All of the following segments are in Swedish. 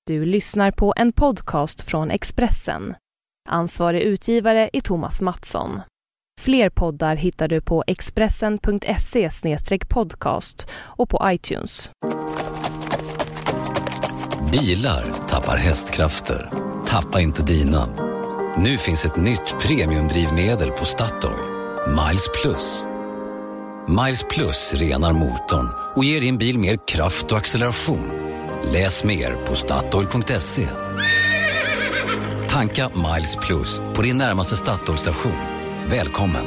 Du lyssnar på en podcast från Expressen. Ansvarig utgivare är Thomas Mattsson. Fler poddar hittar du på expressen.se/podcast och på iTunes. Bilar tappar hästkrafter. Tappa inte dina. Nu finns ett nytt premiumdrivmedel på Statoil. Miles Plus. Miles Plus renar motorn och ger din bil mer kraft och acceleration. Läs mer på Statoil.se. Tanka Miles Plus på din närmaste Statoil-station. Välkommen!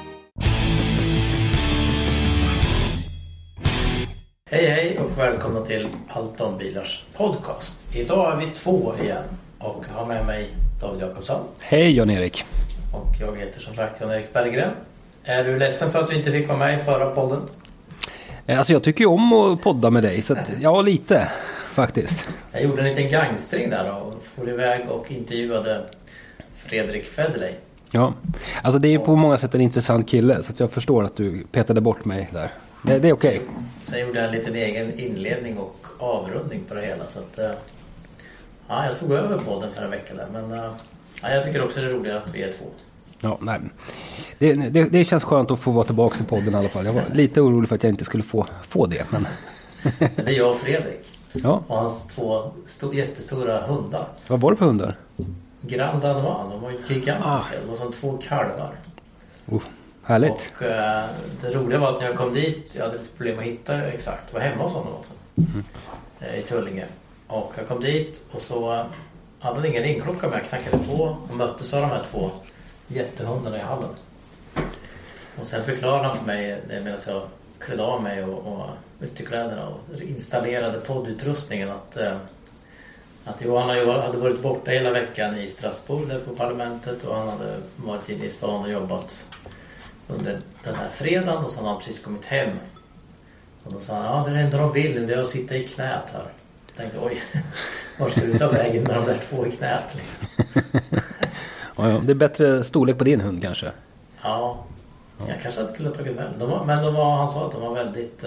Hej och välkomna till Allt om bilars podcast. Idag är vi två igen och har med mig David Jakobsson. Hej Jan-Erik. Och jag heter som sagt Jan-Erik Berggren. Är du ledsen för att du inte fick vara med i förra podden? Alltså jag tycker ju om att podda med dig, så att, ja, lite faktiskt. Jag gjorde en liten gangstring där och for iväg och intervjuade Fredrik Federley. Ja, alltså det är på många sätt en intressant kille, så att jag förstår att du petade bort mig där. Det är okej. Sen gjorde jag en liten egen inledning och avrundning på det hela, så att ja, jag tog över podden för en vecka där, men ja, jag tycker också det är roligare att vi är två. Ja, nej. Det känns skönt att få vara tillbaka i podden i alla fall. Jag var lite orolig för att jag inte skulle få det. Men det är jag och Fredrik. Ja. Och hans två jättestora hundar. Vad var det för hundar? Grand Danois, de var gigantiska. Det var som 2 kalvar. Härligt. Och det roliga var att när jag kom dit, jag hade lite problem att hitta exakt. Jag var hemma hos honom också. I Tullinge. Och jag kom dit och så hade han ingen ringklocka, men jag knackade på och möttes av de här 2 jättehundarna i hallen. Och sen förklarade han för mig medan jag klädde av mig och ytterkläderna och installerade poddutrustningen att Johan hade varit borta hela veckan i Strasbourg där på parlamentet, och han hade varit inne i stan och jobbat under den här fredagen, och så hade han precis kommit hem. Och då sa han, ja, det enda de vill det är att sitta i knät här. Jag tänkte, oj, var ska du ta vägen med de där 2 i knät? Ja, det är bättre storlek på din hund kanske. Ja. Jag kanske inte skulle ha tagit med dem. Men han sa att de var väldigt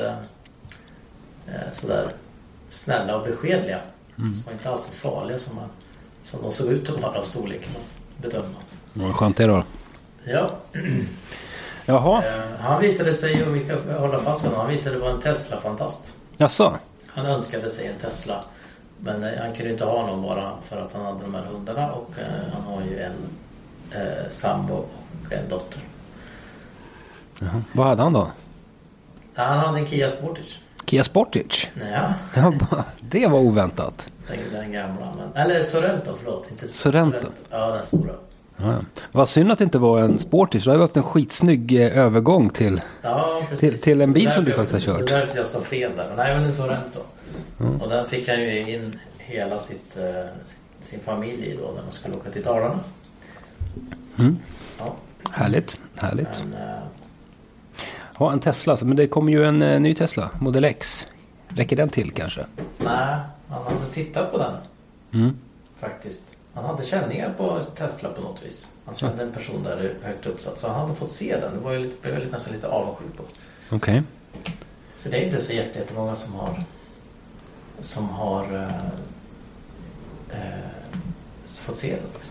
sådär snälla och beskedliga. De var inte alls så farliga som de såg ut att vara av storleken att bedöma. Vad skönt det då. Ja. Jaha. Han visade sig, och vi ska hålla fast med honom, han visade vara en Tesla-fantast. Jaså? Han önskade sig en Tesla, men han kunde inte ha någon bara för att han hade de här hundarna, och han har ju en sambo och en dotter. Jaha. Vad hade han då? Han hade en Kia Sportage. Kia Sportage? Ja. Det var oväntat. Den gamla. Eller Sorento, förlåt. Inte Sorento? Ja, den stora. Ja. Vad synd att det inte var en Sportage. Du har haft en skitsnygg övergång till en bil som du faktiskt har kört. Det är därför jag sa fel där. Men nej, men en Sorento. Och den fick han ju in hela sin familj i då, när man skulle åka till Dalarna. Ja. Härligt. Men, ja, en Tesla. Men det kommer ju en ny Tesla, Model X. Räcker den till kanske? Nej, han hade tittat på den. Faktiskt. Han hade känningar på Tesla på något vis. Han kände en person där högt uppsatt. Så han hade fått se den. Det var ju nästan lite avundsjuk på. Okej. För det är inte så jättemånga som har fått se den. Liksom.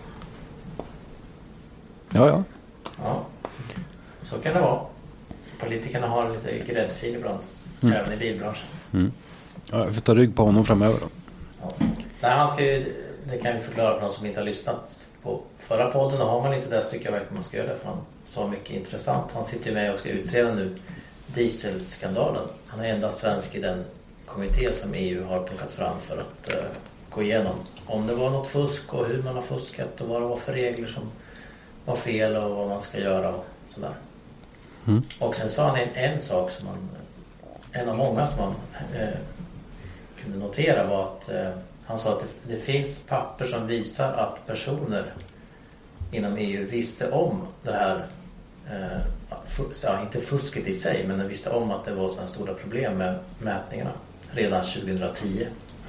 Ja. Så kan det vara. Politikerna har lite gräddfil ibland. Även i bilbranschen. Ja, jag får ta rygg på honom framöver då. Ja. Nej, det kan vi förklara för någon som inte har lyssnat på förra podden. Och har man inte det så tycker jag verkligen man ska göra det, för han sa mycket intressant. Han sitter ju med och ska utreda nu dieselskandalen. Han är enda svensk i den kommitté som EU har plockat fram för att gå igenom om det var något fusk och hur man har fuskat och vad det var för regler som var fel och vad man ska göra och sådär. Och sen sa han en sak som en av många som man kunde notera var att han sa att det finns papper som visar att personer inom EU visste om det här, inte fusket i sig, men de visste om att det var sådana stora problem med mätningarna redan 2010.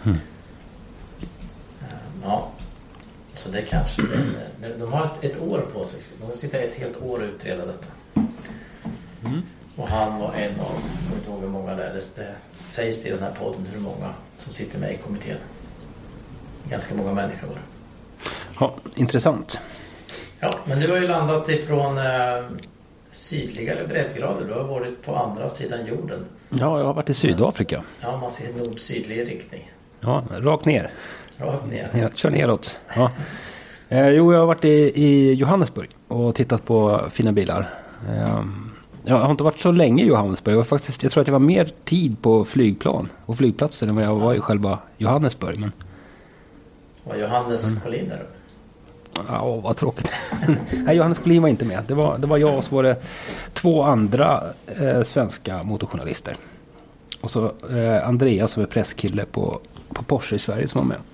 Ja, så det kanske de har ett år på sig. De sitter ett helt år och utreda detta. Och han var en av, jag kommer inte ihåg hur många det sägs i den här podden hur många som sitter med i kommittén. ganska många människor. Ja, intressant. Ja, men du har ju landat ifrån sydligare breddgrader. Du har varit på andra sidan jorden. Ja, jag har varit i Sydafrika. Ja, man ser nord-sydlig riktning. Ja, rakt ner. Rakt ner. Kör neråt. Ja. Jo, jag har varit i Johannesburg och tittat på fina bilar. Jag har inte varit så länge i Johannesburg. Jag tror att jag var mer tid på flygplan och flygplatser än vad jag var i själva Johannesburg. Men... Var Johannes Collin där? Ja, vad tråkigt. Nej, Johannes Collin var inte med. Det var jag och så var det 2 andra svenska motorjournalister. Och så Andreas som är presskille på Porsche i Sverige som var med.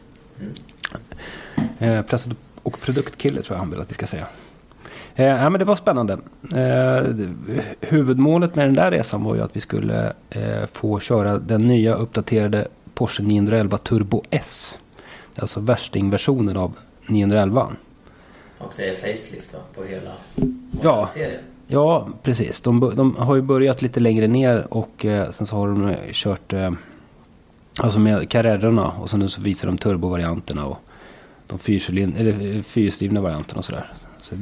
Press- och produktkille tror jag han vill att vi ska säga. Ja, men det var spännande. Huvudmålet med den där resan var ju att vi skulle få köra den nya uppdaterade Porsche 911 Turbo S. Alltså värstingversionen av 911. Och det är facelift på hela serien. Ja, precis. De har ju börjat lite längre ner och sen så har de kört alltså med Carrerorna och sen så visar de turbovarianterna och de fyrhjulsdrivna varianterna och sådär. Så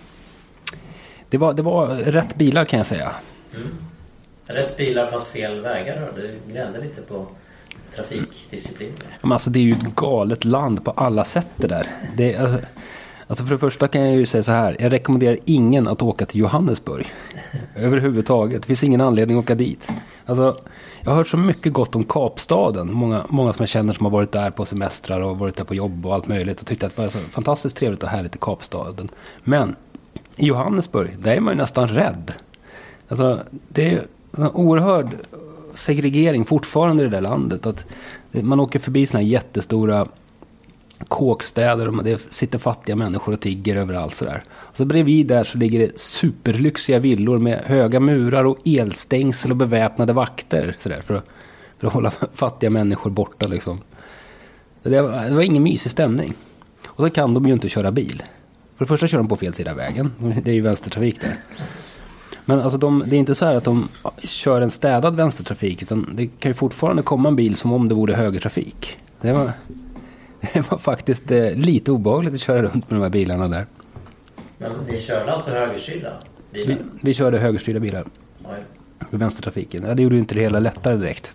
det var rätt bilar kan jag säga. Rätt bilar fast fel vägar. Det gländer lite på trafikdisciplin. Men alltså det är ju ett galet land på alla sätt det där. Alltså för det första kan jag ju säga så här. Jag rekommenderar ingen att åka till Johannesburg. Överhuvudtaget. Det finns ingen anledning att åka dit. Alltså jag har hört så mycket gott om Kapstaden. Många som jag känner som har varit där på semestrar och varit där på jobb och allt möjligt. Och tyckte att det var så fantastiskt trevligt och härligt i Kapstaden. Men i Johannesburg, där är man ju nästan rädd. Alltså det är en oerhörd segregering fortfarande i det där landet. Att man åker förbi såna här jättestora kåkstäder och det sitter fattiga människor och tigger överallt sådär. Och så bredvid där så ligger det superlyxiga villor med höga murar och elstängsel och beväpnade vakter sådär för att hålla fattiga människor borta liksom. Det var ingen mysig stämning. Och så kan de ju inte köra bil. För det första kör de på fel sida vägen. Det är ju vänstertrafik där. Men alltså det är inte så här att de kör en städad vänstertrafik utan det kan ju fortfarande komma en bil som om det vore högertrafik. Det var faktiskt lite obehagligt att köra runt med de här bilarna där. Men ni körde alltså högerstyrda bilar? Vi körde högerstyrda bilar. Oj. För vänstertrafiken. Ja, det gjorde ju inte det hela lättare direkt.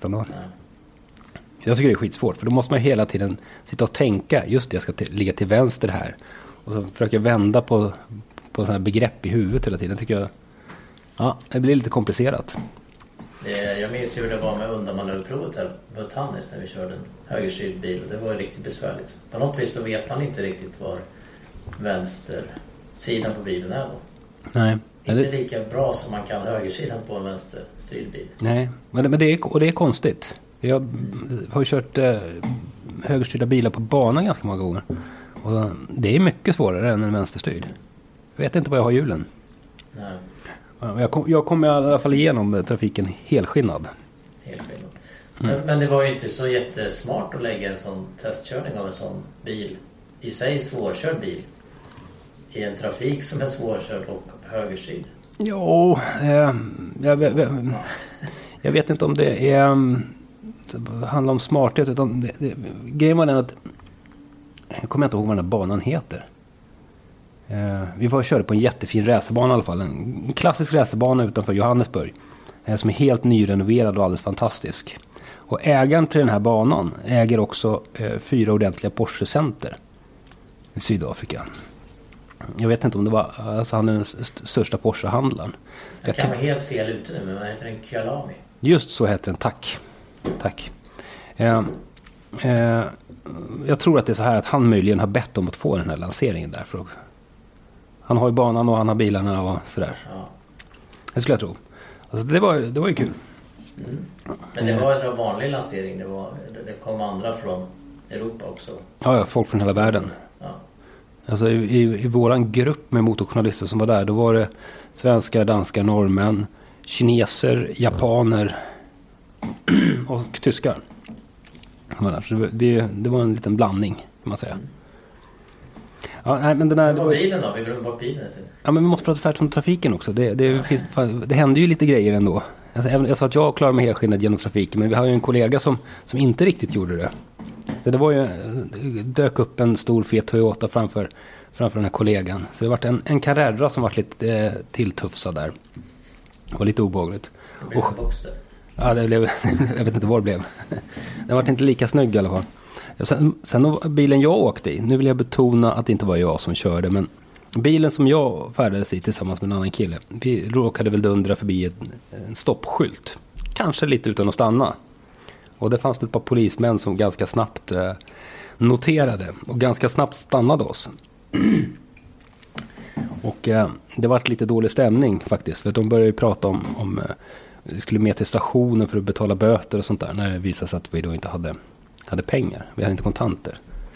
Jag tycker det är skitsvårt. För då måste man hela tiden sitta och tänka. Just det, jag ska ligga till vänster här. Och så försöker jag vända på sådana här begrepp i huvudet hela tiden. Tycker jag. Ja, det blir lite komplicerat. Jag minns ju hur det var med undanmanöverprovet här på Tannis när vi körde en högerstyrd bil. Det var riktigt besvärligt. På något vis så vet man inte riktigt var vänstersidan på bilen är då. Nej. Inte lika bra som man kan högersidan på en vänsterstyrd bil. Nej, men det är konstigt. Jag har ju kört högerstyrda bilar på banan ganska många gånger. Och det är mycket svårare än en vänsterstyrd. Jag vet inte vad jag har hjulen. Nej. Jag kom i alla fall igenom trafiken helskinnad. Men det var ju inte så jättesmart att lägga en sån testkörning av en sån bil. I sig svårkörd bil. I en trafik som är svårkörd och högerstyrd. Jo, jag vet inte om det handlar om smarthet. Utan grejen var den att jag kommer inte ihåg vad den här banan heter. Vi var och körde på en jättefin racerbana i alla fall. En klassisk racerbana utanför Johannesburg. Som är helt nyrenoverad och alldeles fantastisk. Och ägaren till den här banan äger också 4 ordentliga Porsche-center i Sydafrika. Jag vet inte om det var, alltså han är den största Porsche-handlaren. Jag kan vara helt fel ute nu, men vad heter den? Kyalami? Just så heter den, tack. Jag tror att det är så här att han möjligen har bett om att få den här lanseringen där. För han har ju banan och han har bilarna och sådär. Ja. Det skulle jag tro. Alltså det var ju kul. Men det var en vanlig lansering. Det kom andra från Europa också. Ja, folk från hela världen. Ja. Alltså i våran grupp med motorjournalister som var där, då var det svenskar, danskar, norrmän, kineser, japaner och tyskar. Så det var en liten blandning kan man säga. Ja, nej, men den här, vad var bilen då? Vi glömde bort bilen. Ja, men vi måste prata färdigt om trafiken också. Det händer ju lite grejer ändå. Alltså, jag sa att jag klarar mig helskinnad genom trafiken, men vi har ju en kollega som inte riktigt gjorde det. Det var ju, dök upp en stor fet Toyota framför den här kollegan. Så det var en Carrera som var lite tilltufsad där. Det var lite obehagligt. Det blev en Boxster. Ja, det blev, jag vet inte vad det blev. Den var inte lika snygg i alla fall. Sen bilen jag åkte i, nu vill jag betona att det inte var jag som körde, men bilen som jag färdades i tillsammans med en annan kille, vi råkade väl dundra förbi en stoppskylt. Kanske lite utan att stanna. Och det fanns ett par polismän som ganska snabbt noterade och ganska snabbt stannade oss. Och det var lite dålig stämning faktiskt, för de började ju prata om vi skulle med till stationen för att betala böter och sånt där, när det visade sig att vi då inte hade pengar. Vi hade inte kontanter.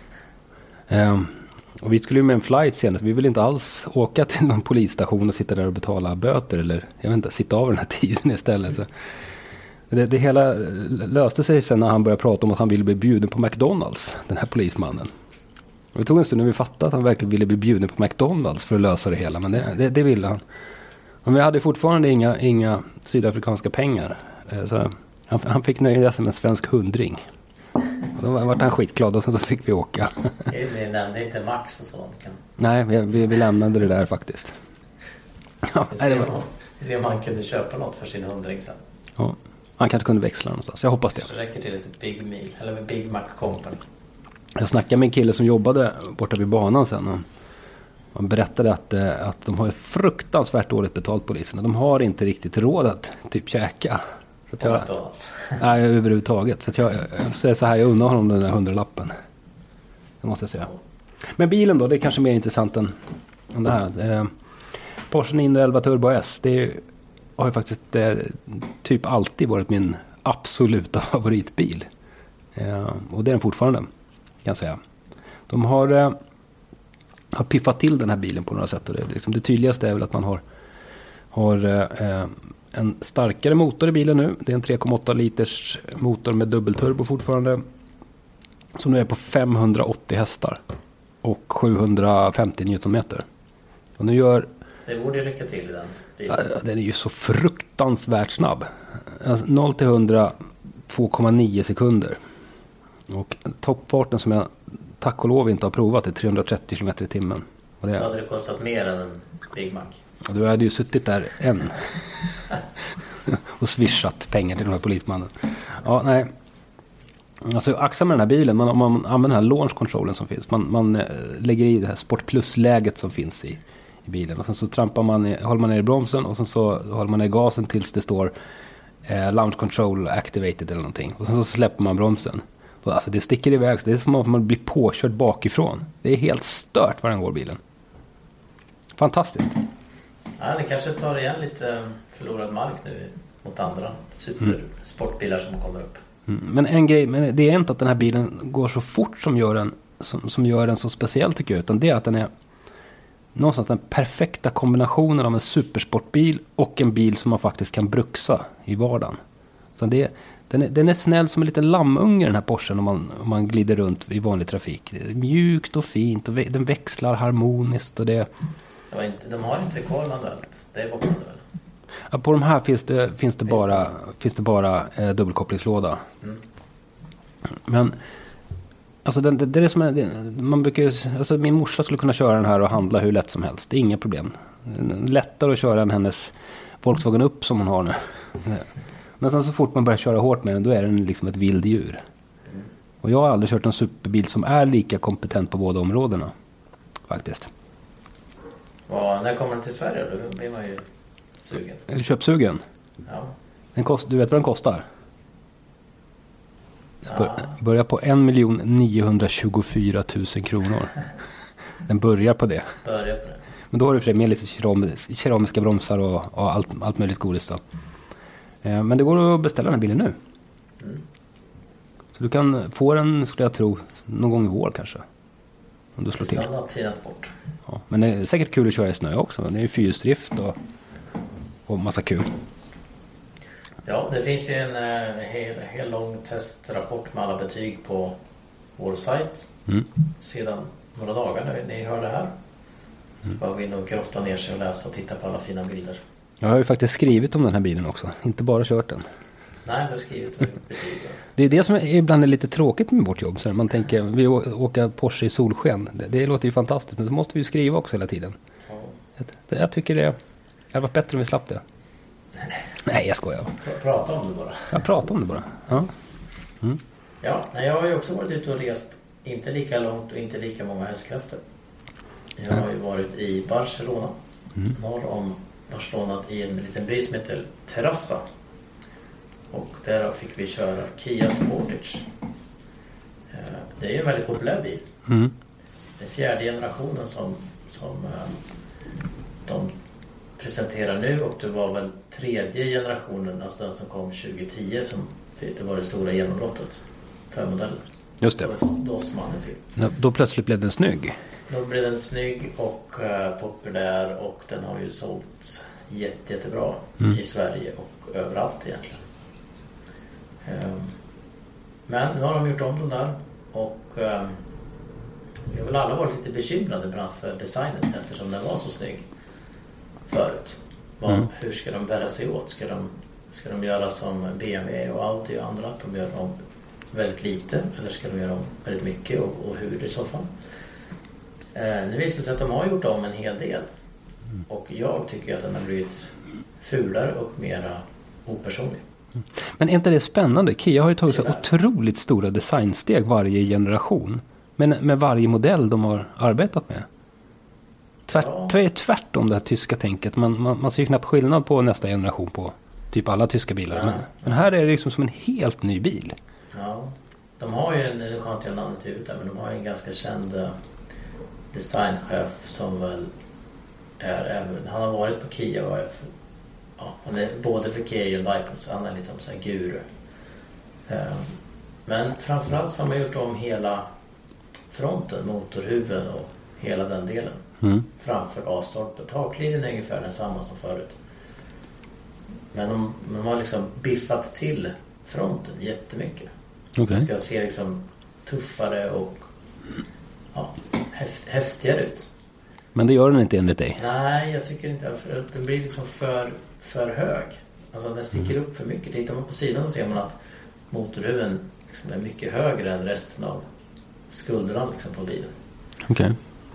Och vi skulle ju med en flight senare. Vi ville inte alls åka till någon polisstation och sitta där och betala böter, eller jag vet inte, sitta av den här tiden istället. Så det hela löste sig sen när han började prata om att han ville bli bjuden på McDonalds, den här polismannen. Och det tog en stund när vi fattade att han verkligen ville bli bjuden på McDonalds för att lösa det hela, men det ville han. Men vi hade fortfarande inga sydafrikanska pengar. Så han fick nöja sig med en svensk 100. Och då var han skitglad och sen så fick vi åka. Ni nämnde inte Max och sånt? Nej, vi lämnade det där faktiskt. Ja, vi ser om han kunde köpa något för sin 100 sen. Ja, han kanske kunde växla någonstans. Jag hoppas det. Det räcker till ett Big Meal eller med Big Mac Company. Jag snackade med en kille som jobbade borta vid banan sen. Och han berättade att de har fruktansvärt dåligt betalt, poliserna. De har inte riktigt råd att typ käka. Så att nej, överhuvudtaget. Så att jag säger så här, jag undrar honom den där 100-lappen. Det måste jag säga. Men bilen då, det är kanske mer intressant än det här. Porsche 911 Turbo S, det har ju faktiskt typ alltid varit min absoluta favoritbil. Och det är den fortfarande, kan jag säga. De har piffat till den här bilen på några sätt. Och det tydligaste är väl att man har en starkare motor i bilen nu. Det är en 3,8 liters motor med dubbelturbo fortfarande. Som nu är på 580 hästar. Och 750 newtonmeter. Och nu gör... Det borde ju räcka till i den bilen. Den är ju så fruktansvärt snabb. 0 till 100 2,9 sekunder. Och toppfarten som jag tack och lov inte har provat är 330 km i timmen. Och det hade det kostat mer än en Big Mac. Och du hade ju suttit där och swishat pengar till den här polismannen. Ja, nej. Alltså axar med den här bilen, om man använder den här launch controlen som finns. Man lägger i det här Sport Plus-läget som finns i bilen. Och sen så håller man ner i bromsen och sen så håller man ner gasen tills det står launch control activated eller någonting. Och sen så släpper man bromsen. Och alltså det sticker iväg, så det är som att man blir påkörd bakifrån. Det är helt stört var den går, bilen. Fantastiskt. Ja, det kanske tar igen lite förlorad mark nu mot andra supersportbilar som kommer upp. Men en grej, men det är inte att den här bilen går så fort som gör den så speciell, tycker jag, utan det är att den är någonstans den perfekta kombinationen av en supersportbil och en bil som man faktiskt kan bruxa i vardagen. Så den är snäll som en liten lammunge, den här Porschen, om man glider runt i vanlig trafik. Det är mjukt och fint och den växlar harmoniskt och det... De har inte kvar manuellt. Det är borta väl? Ja, på de här finns det bara dubbelkopplingslåda. Men alltså det är som man brukar, alltså min morsa skulle kunna köra den här och handla hur lätt som helst. Det är inga problem. Lättare att köra än hennes Volkswagen Up som hon har nu. Men sen så fort man börjar köra hårt med den, då är den liksom ett vilddjur. Och jag har aldrig kört en superbil som är lika kompetent på båda områdena. Faktiskt. Ja, när kommer den till Sverige då blir man ju sugen. Är du köpsugen? Ja. Du vet vad den kostar? Ja. Börjar på 1 924 000 kronor. Den börjar på det. Men då har du med lite keramiska bromsar och allt möjligt godis då. Men det går att beställa den här bilen nu. Så du kan få den, skulle jag tro, någon gång i vår kanske. Om du slår till. Bort. Ja, men det är säkert kul att köra i snö också. Det är ju fyrhjulsdrift och massa kul. Ja, det finns ju en hel lång testrapport med alla betyg på vår sajt. Sedan några dagar när ni hör det här. Bara gå in och grotta ner sig och läsa och titta på alla fina bilder. Jag har ju faktiskt skrivit om den här bilen också. Inte bara kört den. Nej, jag har skrivit betyg. Det är det som ibland är lite tråkigt med vårt jobb. Så man tänker, vi åker Porsche i solsken. Det låter ju fantastiskt, men så måste vi ju skriva också hela tiden. Ja. Jag tycker det hade varit bättre om vi slapp det. Nej, jag skojar. Prata om det bara. Jag pratar om det bara. Ja. Ja, jag har ju också varit ute och rest inte lika långt och inte lika många hästkrafter. Jag har ju varit i Barcelona, norr om Barcelona, i en liten by som heter Terrassa. Och där fick vi köra Kia Sportage. Det är ju en väldigt populär bil. Det är 4:e generationen som de presenterar nu, och det var väl 3:e generationen, alltså den som kom 2010, som det var det stora genombrottet för modellen. Just det. Då small det till. Då plötsligt blev den snygg. Då blev den snygg och populär, och den har ju sålt jättebra i Sverige och överallt egentligen. Men nu har de gjort om den där, och vi har väl alla varit lite bekymrade bland annat för designen, eftersom den var så snygg förut. Hur ska de bära sig åt? Ska de göra som BMW och Audi och andra, att de gör om väldigt lite, eller ska de göra om väldigt mycket, och hur i så fall? Nu visar det sig att de har gjort om en hel del, och jag tycker att den har blivit fulare och mera opersonlig. Men är inte det spännande? Kia har ju tagit så otroligt stora designsteg varje generation. Men med varje modell de har arbetat med. Tvärtom det här tyska tänket. Man ser ju knappt skillnad på nästa generation på typ alla tyska bilar. Men här är det liksom som en helt ny bil. Ja, de har ju nu kan jag inte namnet ut där, men de har en ganska känd designchef som väl han har varit på Kia och han är både för Kia och Hyundai, så han är liksom så här guru. Men framförallt så har man gjort om hela fronten, motorhuven och hela den delen framför A-stolpen. Taklinjen är ungefär densamma som förut. Men de har liksom biffat till fronten jättemycket. Okay. Det ska se liksom tuffare och häftigare ut. Men det gör den inte enligt dig? Nej, jag tycker inte. För den blir liksom för hög. Alltså den sticker upp för mycket. Tittar man på sidan så ser man att motorhuven liksom är mycket högre än resten av skulderna liksom på bilen. Okej.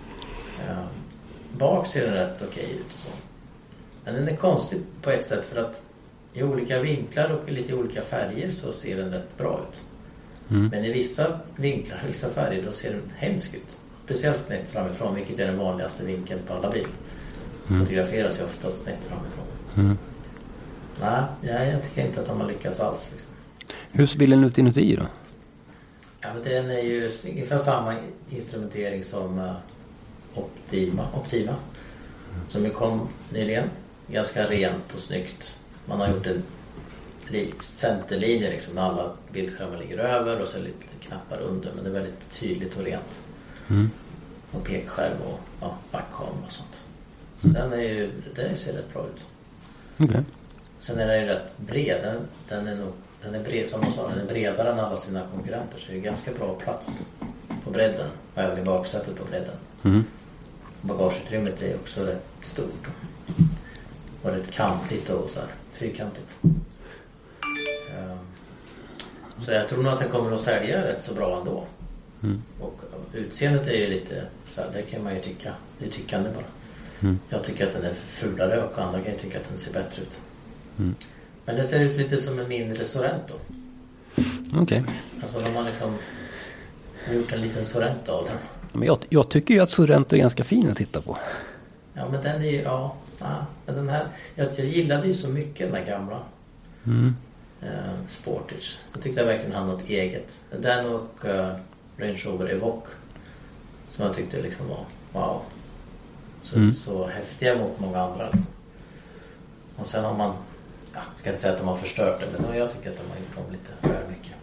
Bak ser den rätt okej ut och så. Men den är konstig på ett sätt, för att i olika vinklar och i lite olika färger så ser den rätt bra ut. Men i vissa vinklar, vissa färger, då ser den hemsk ut. Speciellt snett framifrån, vilket är den vanligaste vinkeln på alla bilar. Fotograferas ju oftast snett framifrån. Nej, jag tycker inte att de har lyckats alls. Liksom. Hur ser bilen ut inuti då? Ja, men den är ju ungefär samma instrumentering som Optima. Som ju kom nyligen. Ganska rent och snyggt. Man har gjort en centerlinje liksom, när alla bildskärmar ligger över och så lite knappar under, men det är väldigt tydligt och rent. Och pekskärm och backkamera och sånt. Så den ser rätt bra ut. Okay. Sen är den ju rätt bred. Den är bred, som de sa, den är bredare än alla sina konkurrenter, så det är ganska bra plats på bredden och även i baksätet på bredden. Bagageutrymmet är också rätt stort och rätt kantigt och så här fyrkantigt. Så jag tror nog att den kommer att sälja rätt så bra ändå. Och utseendet är ju lite så här, det kan man ju tycka, det är tyckande bara. Jag tycker att den är fulare och andra kan tycka att den ser bättre ut. Men det ser ut lite som en mindre Sorento. Okej. Alltså de har liksom gjort en liten Sorento av den. Men jag tycker ju att Sorento är ganska fin att titta på. Ja, men den är ju, men den här, jag gillade ju så mycket den här gamla Sportage. Jag tyckte jag verkligen hade något eget. Den och Range Rover Evoque, som jag tyckte liksom var wow. Så häftiga mot många andra liksom. Och sen har man, jag ska inte säga att de har förstört det, men jag tycker att de har gjort om lite för mycket.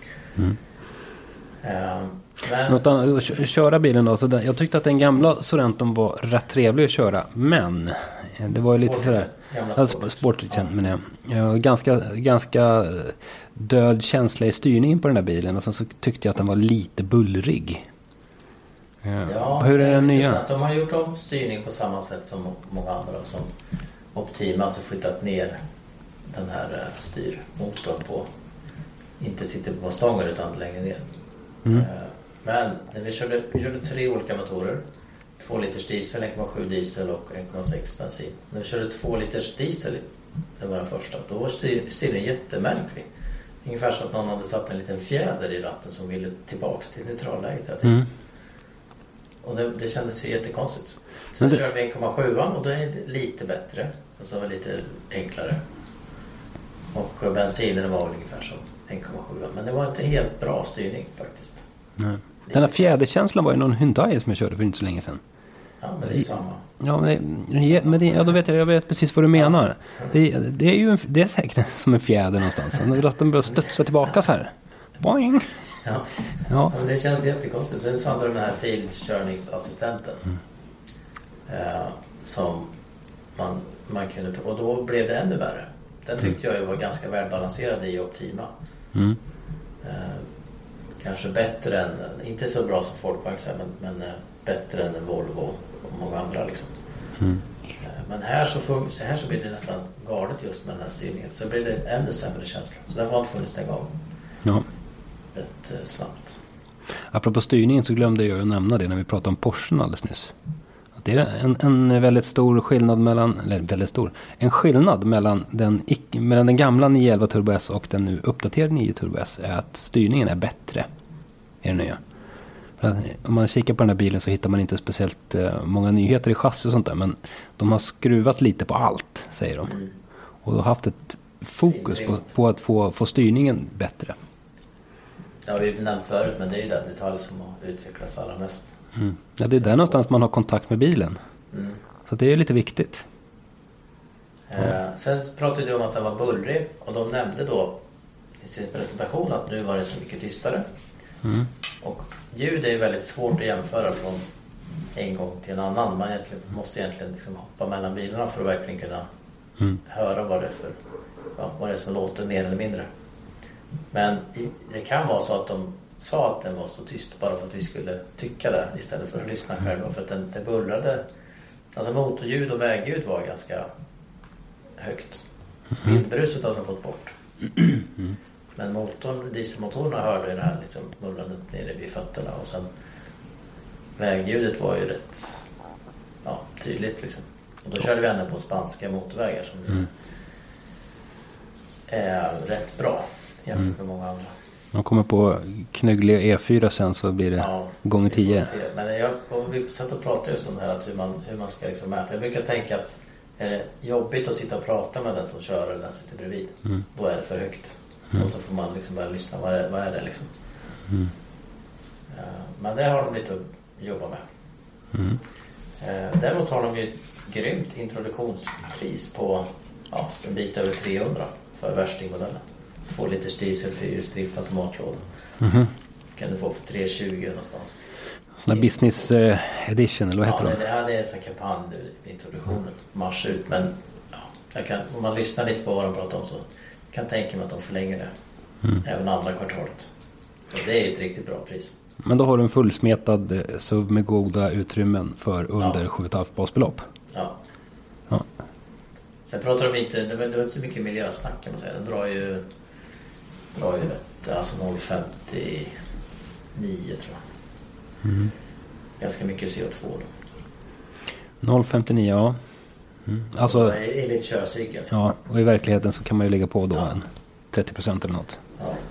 Men något annat, köra bilen då, så jag tyckte att den gamla Sorenton var rätt trevlig att köra, men det var ju lite sådär Sportagen, men ganska död känsla i styrningen på den där bilen, och sen så tyckte jag att den var lite bullrig. Ja, hur är den nya? De har gjort om styrning på samma sätt som många andra, som Optima, alltså flyttat ner den här styrmotorn på, inte sitter på stången utan längre ner. Men när vi körde 3 olika motorer, 2 liters diesel, 1,7 diesel och 1,6 bensin. När vi körde 2 liters diesel, det var den första, då var styrningen jättemärklig. Ungefär så att någon hade satt en liten fjäder i ratten som ville tillbaks till neutralläget. Och det kändes ju jättekonstigt. Sen körde vi 1,7 och då är det lite bättre. Och så var det lite enklare. Och bensinen var ungefär som 1,7. Men det var inte helt bra styrning faktiskt. Nej. Den här fjäderkänslan var ju någon Hyundai som jag körde för inte så länge sedan. Ja, men det är samma. Ja, då vet jag vet precis vad du menar. Det är ju det är säkert som en fjäder någonstans. Den börjar studsa tillbaka så här. Boing! Ja. Men det känns jättekonstigt. Sen så hade de den här filkörningsassistenten. Som man kunde... Och då blev det ännu värre. Den tyckte jag ju var ganska välbalanserad i Optima. Kanske bättre än... Inte så bra som Folkvagn, men bättre än en Volvo och många andra liksom. Men här så blir det nästan galet just med den här styrningen. Så blir det ännu sämre känsla. Så därför har inte funnits den gången. Ja. Rätt snabbt. Apropå styrningen så glömde jag att nämna det när vi pratade om Porschen alldeles nyss. Att det är en väldigt stor skillnad mellan den gamla 911 Turbo S och den nu uppdaterade 9 Turbo S är att styrningen är bättre i den nya. Om man kikar på den här bilen så hittar man inte speciellt många nyheter i chassi och sånt där, men de har skruvat lite på allt, säger de. Och de har haft ett fokus på att få styrningen bättre. Det har vi nämnt förut, men det är ju den detalj som har utvecklats allra mest. Ja, det är där någonstans man har kontakt med bilen. Så det är lite viktigt. Sen pratade du om att den var bullrig, och de nämnde då i sin presentation att nu var det så mycket tystare. Och ljud är ju väldigt svårt att jämföra från en gång till en annan. Man måste egentligen liksom hoppa mellan bilarna för att verkligen kunna höra vad det är som låter mer eller mindre. Men det kan vara så att de sa att den var så tyst bara för att vi skulle tycka det istället för att lyssna själva, för att det bullrade. Alltså motorljud och vägljud var ganska högt. Vindbruset har de fått bort. Men dieselmotorerna hörde det här liksom mullrandet nere vid fötterna, och sen vägljudet var ju rätt tydligt liksom. Och då körde vi ändå på spanska motorvägar som är rätt bra jämfört med många andra. Man kommer på knöggliga E4 sen så blir det gånger 10. Men vi satt och pratade just om det här, att hur man ska liksom mäta. Jag brukar tänka att är det jobbigt att sitta och prata med den som kör eller den som sitter bredvid, då är det för högt. Och så får man liksom börja lyssna, vad är det liksom. Men det har de lite att jobba med. Däremot har de ju grymt introduktionspris på en bit över 300 för värstingmodellen. 2 liters diesel, 4-drift automatlåda. Kan du få för 320 någonstans. Sån här business edition, eller vad heter det? Ja, det är en kampanjintroduktionen. Mars ut, men om man lyssnar lite på vad de pratar om så kan jag tänka mig att de förlänger det. Även andra kvartalet. Och det är ju ett riktigt bra pris. Men då har du en fullsmetad SUV med goda utrymmen för under 7,5 basbelopp. Ja. Sen pratar de inte, det var inte så mycket miljösnack kan man säga. Den drar ju alltså 0,59 tror jag. Ganska mycket CO2 då. 0,59, ja. Alltså, enligt körcykeln. Ja, och i verkligheten så kan man ju lägga på då en 30% eller något.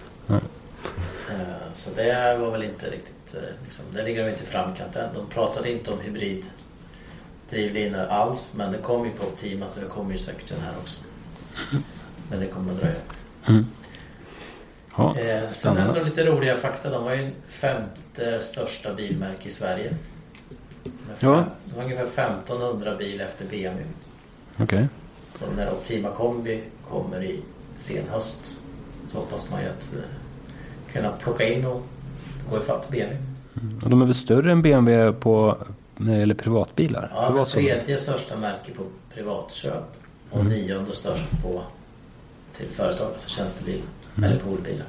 Så det var väl inte riktigt liksom, det ligger de inte i framkant än. De pratade inte om hybriddrivlinor alls, men det kommer ju på Optima, så det kommer ju säkert den här också. Men det kommer att dröja. Sen är det lite roliga fakta. De var ju 5:e största bilmärke i Sverige. De var ungefär 1500 bil efter BMW. Okej. Så när Optima Kombi kommer i sen höst så hoppas man ju att kunna plocka in och gå ifatt BMW. Och de är väl större än BMW när det gäller privatbilar? Ja, tredje största märke på privatköp och 9:e störst till företag, alltså tjänstebilar eller poolbilar.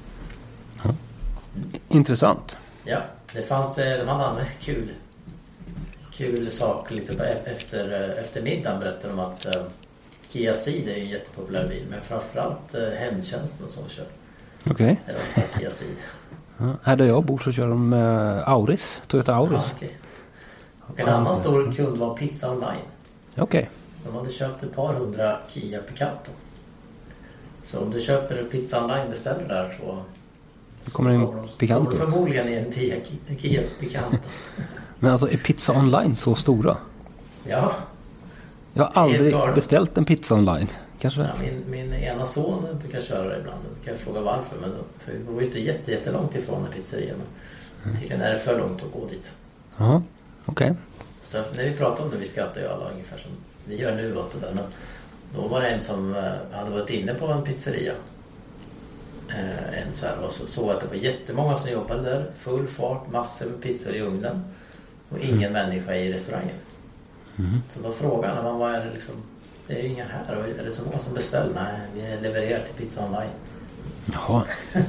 Intressant. Ja, det fanns de hade andra kul sak lite efter middagen berättade de att Kia Ceed är ju en jättepopulär bil, men framförallt hemtjänsten som kör. Okej. Är ofta Kia Ceed. Ja, här där jag bor så kör de Auris, Toyota Auris. Okay. Och en annan stor kund var Pizza Online. Okej. De hade köpt ett par hundra Kia Picanto. Så om du köper Pizza Online, beställer där så kommer det en Picanto? Kommer förmodligen en Kia Picanto. Men alltså är Pizza Online så stora? Ja. Jag har aldrig beställt en pizza online. Kanske ja, min ena son brukar köra det ibland. Då kan jag fråga varför. Men för vi bor ju inte jättelångt ifrån en pizzeria. Men tydligen är det för långt att gå dit. Ja, okej. Så när vi pratar om det, vi skrattar ju alla ungefär som vi gör nu åt det där. Men då var det en som hade varit inne på en pizzeria. En så här, och så att det var jättemånga som jobbade där. Full fart, massor med pizzor i ugnen. Och ingen människa i restaurangen. Så då frågade han, vad är det liksom? Det är ju inga här. Och är det så många som beställer? Nej, vi levererar till Pizza Online. Jaha.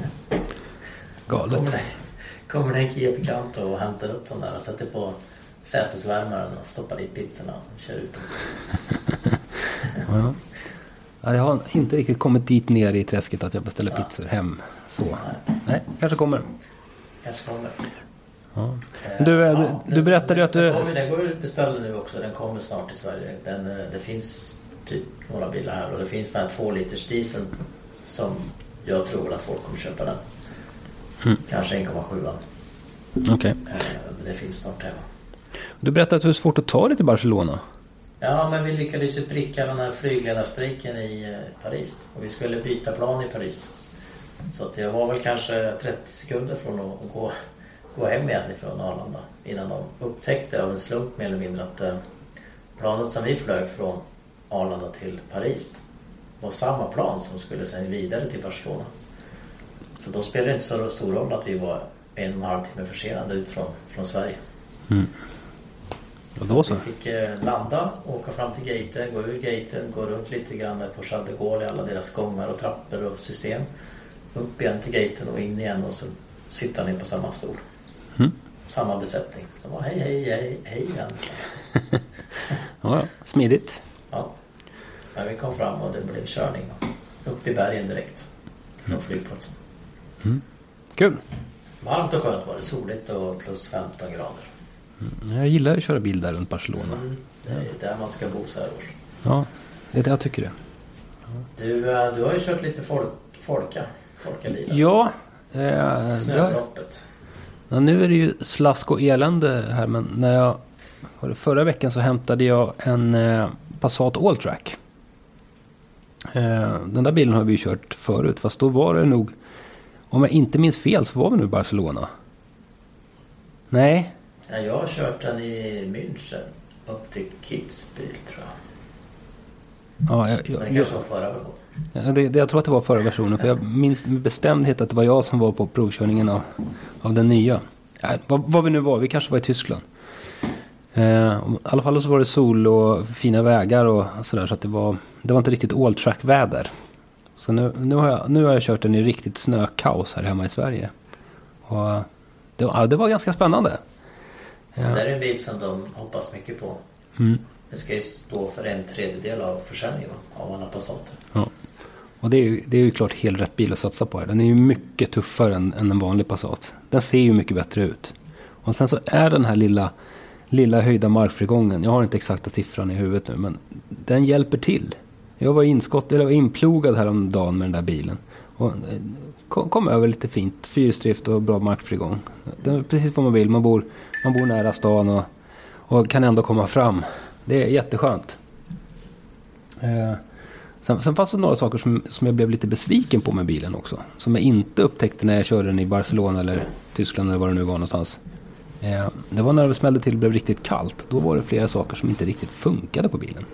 Galet. Kommer det en Kia Picanto och hämtar upp dem där och sätter på sätesvärmaren och stoppar dit pizzorna och sen kör ut dem. Ja, jag har inte riktigt kommit dit ner i träsket att jag beställer pizzor hem. Så. Nej, kanske kommer. Ja. Du berättade ju att du... Den går ju att beställa nu också. Den kommer snart till Sverige. Det finns typ några bilar här. Och det finns den här 2 liters diesel som jag tror att folk kommer köpa den. Kanske 1,7. Okej. Det finns snart hemma. Du berättade att det var svårt att ta det till Barcelona. Ja, men vi lyckades ju pricka den här flygledarstrejken i Paris. Och vi skulle byta plan i Paris. Så att jag var väl kanske 30 sekunder från att gå hem igen ifrån Arlanda. Innan de upptäckte av en slump mer eller mindre att planet som vi flög från Arlanda till Paris var samma plan som skulle sen vidare till Barcelona. Så då spelade det inte så stor roll att vi var 1,5 timme försenade ut från Sverige. Och då så? Vi fick landa, åka fram till gaten, gå ur gaten, gå runt lite grann på Charles de Gaulle i alla deras gångar och trappor och system. Upp igen till gaten och in igen och så sitter ni på samma stol. Samma besättning. Så var hej igen. Ja, smidigt. Ja. Men vi kom fram och det blev körning. Upp i bergen direkt från flygplatsen. Kul. Varmt och skönt var det, soligt och plus 15 grader. Jag gillar att köra bil där runt Barcelona. Det är där man ska bo så här års. Ja, det är det jag tycker det. Du har ju kört lite folkabilar. Ja. Snöloppet. Ja, nu är det ju slask och elände här, men förra veckan så hämtade jag en Passat Alltrack. Den där bilen har vi ju kört förut, fast då var det nog, om jag inte minns fel, så var vi nu i Barcelona. Nej. Ja, jag har kört den i München upp till Kitzbühel, tror jag. Ja, det kanske var förra versionen. Jag tror att det var förra versionen, för jag minns med bestämdhet att det var jag som var på provkörningen av den nya. Vad vi nu var, vi kanske var i Tyskland. I alla fall så var det sol och fina vägar och sådär, så att det var inte riktigt all-track-väder. Så nu har jag kört den i riktigt snökaos här hemma i Sverige. Och det var ganska spännande. Det är en bil som de hoppas mycket på. Det ska ju stå för 1/3 av försäljningen av alla Passater. Ja. Och det är ju klart helt rätt bil att satsa på här. Den är ju mycket tuffare än en vanlig Passat. Den ser ju mycket bättre ut. Och sen så är den här lilla höjda markfrigången. Jag har inte exakta siffran i huvudet nu, men den hjälper till. Jag var inplogad här om dagen med den där bilen. Och kom över lite fint. Fyrstrift och bra markfrigång. Det är precis vad man vill. Man bor nära stan och kan ändå komma fram. Det är jätteskönt. Sen fanns det några saker som jag blev lite besviken på med bilen också. Som jag inte upptäckte när jag körde den i Barcelona eller Tyskland eller var det nu var någonstans. Det var när det smällde till och blev riktigt kallt. Då var det flera saker som inte riktigt funkade på bilen.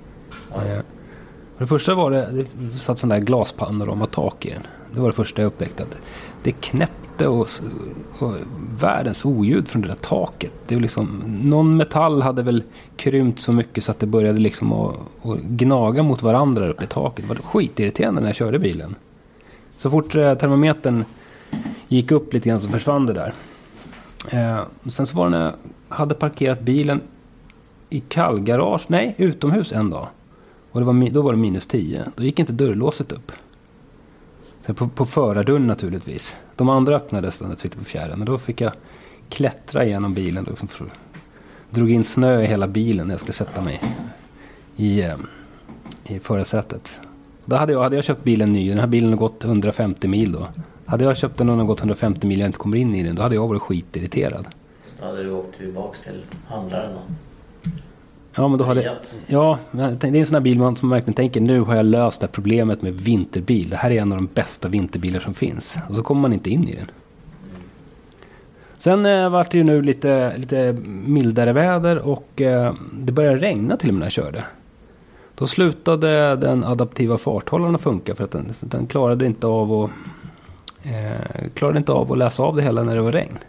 Det första var det satt sån där glaspanoramatak i den. Det var det första jag upptäckte. Det knäppte och världens oljud från det där taket. Det var liksom, någon metall hade väl krympt så mycket så att det började liksom att gnaga mot varandra uppe i taket. Det var skitirriterande när jag körde bilen. Så fort termometern gick upp lite grann så försvann det där. Sen så var det när jag hade parkerat bilen i utomhus en dag. Och då var det minus 10. Då gick inte dörrlåset upp. Så på förardörren naturligtvis. De andra öppnades när jag tryckte på fjärden. Men då fick jag klättra igenom bilen. Då, drog in snö i hela bilen när jag skulle sätta mig i förarsätet. Då hade jag köpt bilen ny. Den här bilen har gått 150 mil då. Hade jag köpt den och den har gått 150 mil och jag inte kommer in i den, då hade jag varit skitirriterad. Då hade du åkt tillbaka till handlaren då. Ja, men då hade... Ja, det är en sån här bil man som verkligen tänker, nu har jag löst det här problemet med vinterbil. Det här är en av de bästa vinterbilar som finns. Och så kommer man inte in i den. Sen var det ju nu lite mildare väder och det började regna till och med när jag körde. Då slutade den adaptiva farthållaren att funka för att den klarade inte av att läsa av det hela när det var regn.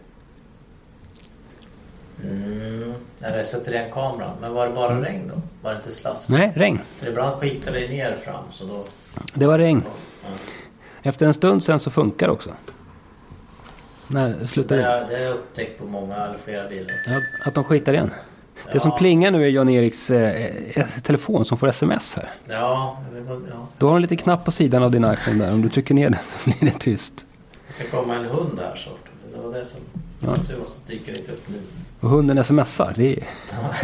När jag sätter igen kameran. Men var det bara regn då? Var det inte slask? Nej, regn. För ibland skitar det ner fram. Så då... Det var regn. Ja. Efter en stund sen så funkar det också. Det har jag upptäckt på många eller flera bilar. Ja, att de skitar igen. Det som plingar nu är Jan-Eriks telefon som får sms här. Ja. Du har en liten knapp på sidan av din iPhone där. Om du trycker ner den så blir det tyst. Det ska komma en hund här så. Det var det som du måste dyka lite upp nu. Och hunden smsar. Det är...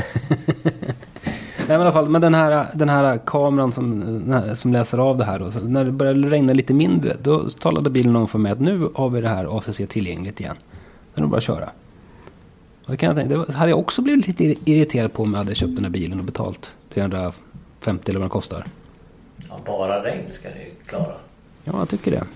Nej, men i alla fall, men den här kameran som läser av det här då, så när det började regna lite mindre, då talade bilen om för mig att nu har vi det här ACC tillgängligt igen. Det är nog bara att köra. Och det kan jag tänka, det hade jag också blivit lite irriterad på om jag hade köpt den här bilen och betalt 350 eller vad den kostar. Ja, bara regn ska ni klara. Ja, jag tycker det.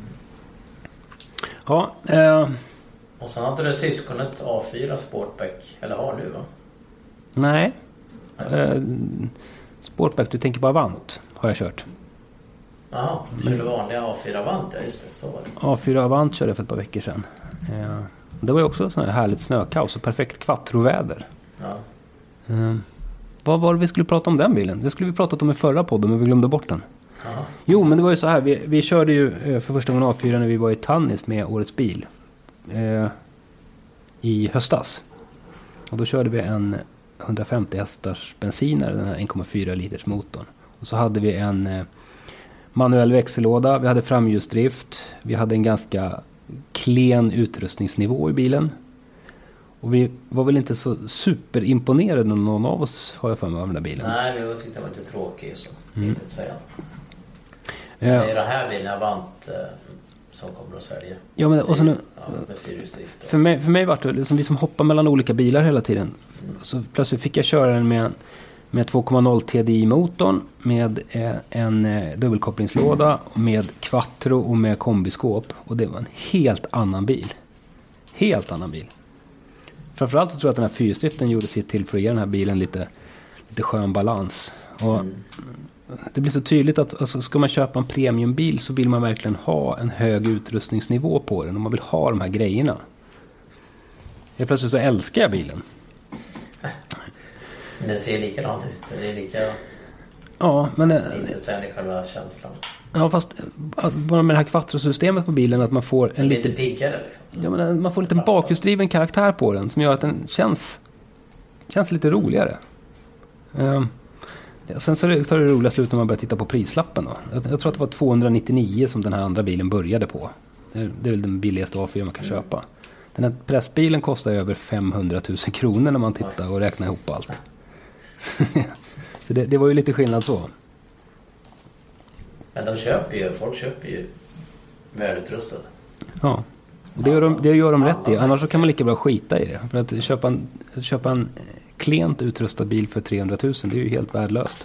Ja. Och sen hade du syskonet A4 Sportback, eller har du va? Nej. Sportback, du tänker på Avant har jag kört. Jaha, du körde vanliga A4 Avant, ja just det, så var det. A4 Avant körde jag för ett par veckor sedan. Det var ju också sån här härligt snökaos och perfekt quattroväder. Ja. Vad var det vi skulle prata om den bilen? Det skulle vi pratat om i förra podden, men vi glömde bort den. Aha. Jo, men det var ju så här. Vi körde ju för första gången A4 när vi var i Tannis med årets bil. I höstas. Och då körde vi en 150 hästars bensinare, den här 1,4 liters motorn. Och så hade vi en manuell växellåda, vi hade framhjulsdrift, vi hade en ganska klen utrustningsnivå i bilen. Och vi var väl inte så superimponerade någon av oss, har jag för mig, av den där bilen. Nej, vi tyckte det var lite tråkig så. Inte att säga. Det är den här bilen Avant som kommer att sälja. Ja, men och så nu, med fyrhjulsdrift. För mig var det liksom vi som hoppar mellan olika bilar hela tiden. Så plötsligt fick jag köra den med 2,0 TDI-motorn, med en dubbelkopplingslåda, med quattro och med kombiskåp. Och det var en helt annan bil. Helt annan bil. Framförallt så tror jag att den här fyrhjulsdriften gjorde sitt till för att ge den här bilen lite skön balans. Och det blir så tydligt att alltså, ska man köpa en premiumbil så vill man verkligen ha en hög utrustningsnivå på den. Och man vill ha de här grejerna. Helt plötsligt så älskar jag bilen. Men den ser likadant ut. Det är lika... Ja, men... Inte sen i själva känslan. Ja, fast bara med det här quattro-systemet på bilen, att man får en lite piggare liksom. Ja, men man får lite en bakhjulsdriven karaktär på den som gör att den känns lite roligare. Sen så tar det roliga slut när man börjar titta på prislappen då. Jag tror att det var 299 som den här andra bilen började på. Det är väl den billigaste A4 man kan köpa. Den här pressbilen kostar över 500 000 kronor när man tittar och räknar ihop allt. Så det var ju lite skillnad så. Men folk köper ju välutrustade. Ja, och det gör de rätt i. Annars så kan man lika bra skita i det. För att köpa en klent utrustad bil för 300 000, det är ju helt värdelöst.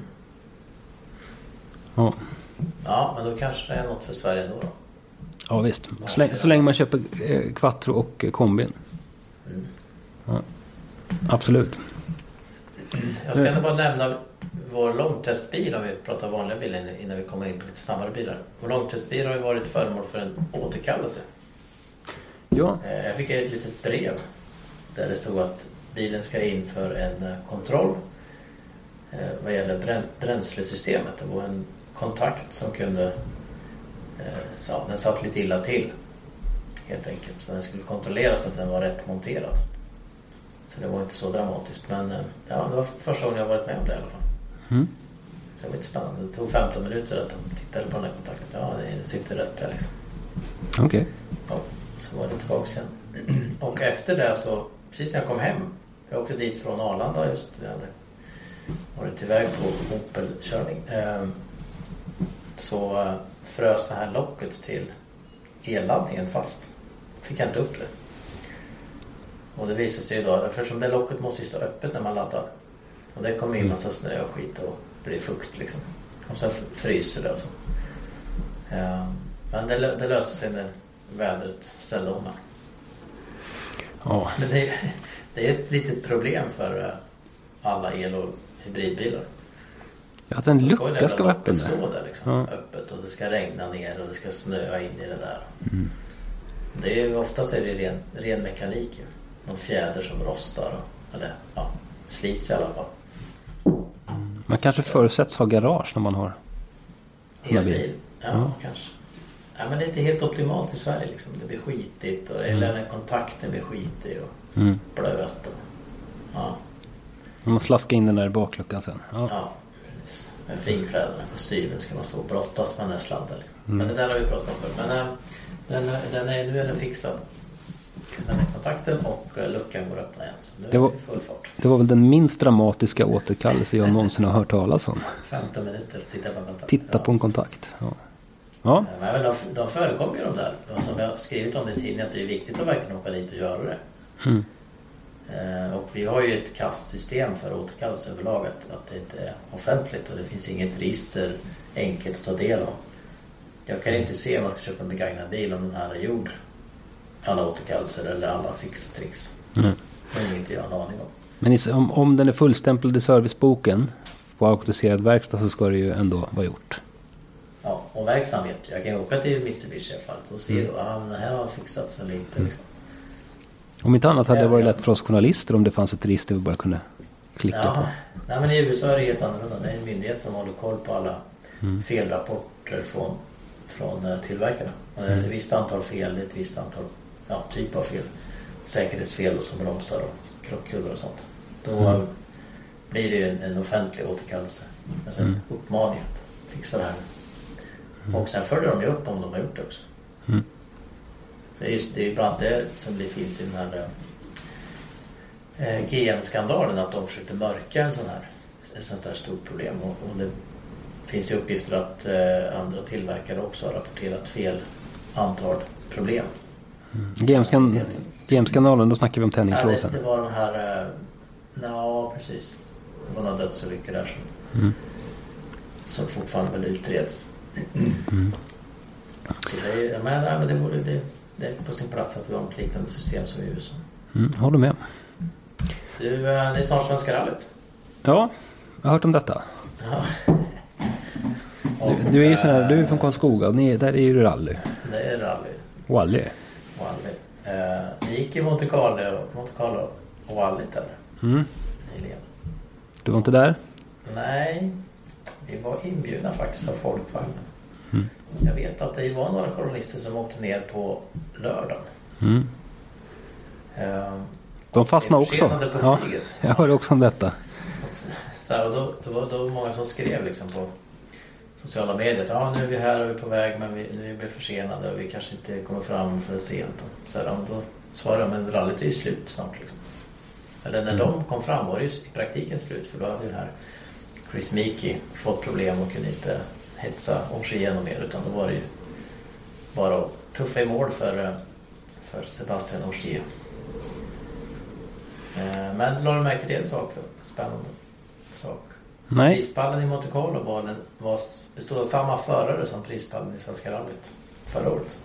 Ja, men då kanske det är något för Sverige ändå då. Ja, visst. Så länge man köper quattro och kombin. Ja, absolut. Jag ska bara nämna vår långtestbil, om vi pratar vanliga bilar innan vi kommer in på lite snabbare bilar. Vår långtestbil har ju varit föremål för en återkallelse. Ja. Jag fick ett litet brev där det stod att bilen ska in för en kontroll vad gäller bränslesystemet. Det var en kontakt som kunde den satt lite illa till helt enkelt. Så den skulle kontrolleras att den var rätt monterad. Så det var inte så dramatiskt. Men det var första gången jag varit med om det i alla fall. det var inte spännande. Det tog 15 minuter att de tittade på den här kontakten. Ja, det sitter rätt där liksom. Okej. Ja, så var det tillbaka sen. Och efter det så, precis när jag kom hem, jag åkte dit från Arlanda just, jag hade varit iväg på Opel-körning, så frös det här locket till elladdningen fast. Fick jag inte upp det. Och det visade sig ju då, eftersom det locket måste ju stå öppet när man laddar. Och det kommer in massa snö och skit och blir fukt liksom. Och sen fryser det och så. Men det löste sig när vädret ställde om. Ja. Men det är ett litet problem för alla el- och hybridbilar. Ja, att en lucka ska vara öppen där. Stå där liksom, ja. Öppet, och det ska regna ner och det ska snöa in i det där. Det är ju oftast är det ren mekanik ju. Någon fjäder som rostar eller slits i alla fall. Man kanske förutsätts ha garage när man har elbil. Ja, kanske. Ja, men det är inte helt optimalt i Sverige liksom. Det blir skitigt och eller när kontakten blir skitig och blöt. Ja. Man slaskar in den där i bakluckan sen. Ja, precis. Med finkläderna, kostymen ska man stå och brottas med den här sladden. Liksom. Men det där har vi pratat om förut. Men nu är den fixad. Den här kontakten och luckan går öppna igen. Så nu är det full fart. Det var väl den minst dramatiska återkallelse jag någonsin har hört talas om. 15 minuter, titta på en kontakt. Titta på en kontakt, ja. Men de förekommer ju de där. Som jag har skrivit om det i tidningen, att det är viktigt att verkligen åka dit och göra det. Och vi har ju ett kastsystem för återkallelse överlag, att det inte är offentligt och det finns inget register enkelt att ta del av. Jag kan inte se om man ska köpa en begagnad bil om den här är gjord alla återkallelser eller alla fix och tricks. Det är inte jag en aning om. Men om den är fullstämplad i serviceboken på auktoriserad verkstad så ska det ju ändå vara gjort. Ja, och verkstaden vet jag. Jag kan åka till Mitsubishi i alla fall och se då, den här har fixats eller inte liksom. Om inte annat hade det varit lätt för oss journalister om det fanns ett register vi bara kunde klicka på. Nej, men i USA är det helt annorlunda. Det är en myndighet som håller koll på alla felrapporter från tillverkarna. Ett visst antal fel, ett visst antal typ av fel. Säkerhetsfel som bromsar och krockkuddar och sånt. Då blir det ju en offentlig återkallelse. Alltså en uppmaning att fixa det här. Och sen följer de ju upp om de har gjort det också. Det är ju bland det som det finns i den här GM-skandalen, att de försökte mörka ett sånt här stort problem. Och det finns ju uppgifter att andra tillverkare också har rapporterat fel antal problem. GM-skandalen, då snackar vi om tändningslåsen. Det var den här precis. Det var några dödsolyckor där som fortfarande väl utreds. Så det är på sin plats att vi har ett liknande system som i USA. Håller med. Du, det är snart Svenska rallyt. Ja, jag har hört om detta. Ja. Du är ju sån här, du är från Karlskoga och där är ju rally. Det är rally. Wally. Ni gick i Monte Carlo och Wallit där. Du var inte där? Nej, vi var inbjudna faktiskt av folkvagnen. Jag vet att det var några journalister som åkte ner på lördagen. De fastnade också. Ja, jag hörde också om detta. Så här, och då var det många som skrev liksom på sociala medier. Ja, nu är vi här och vi är på väg, men vi blir försenade och vi kanske inte kommer fram för sent. Så här, då svarade de, men rallyt är ju slut snart liksom. Eller när de kom fram var det ju i praktiken slut, för då hade den här Chris Meeke fått problem och kunde inte hetsa och ske igenom mer, utan då var det ju bara att tuffa i mål för Sebastian Ogier. Men la du märke till en sak då? Spännande sak. Nej. Prispallen i Monte Carlo bestod av samma förare som prispallen i Svenska rallyt förra året.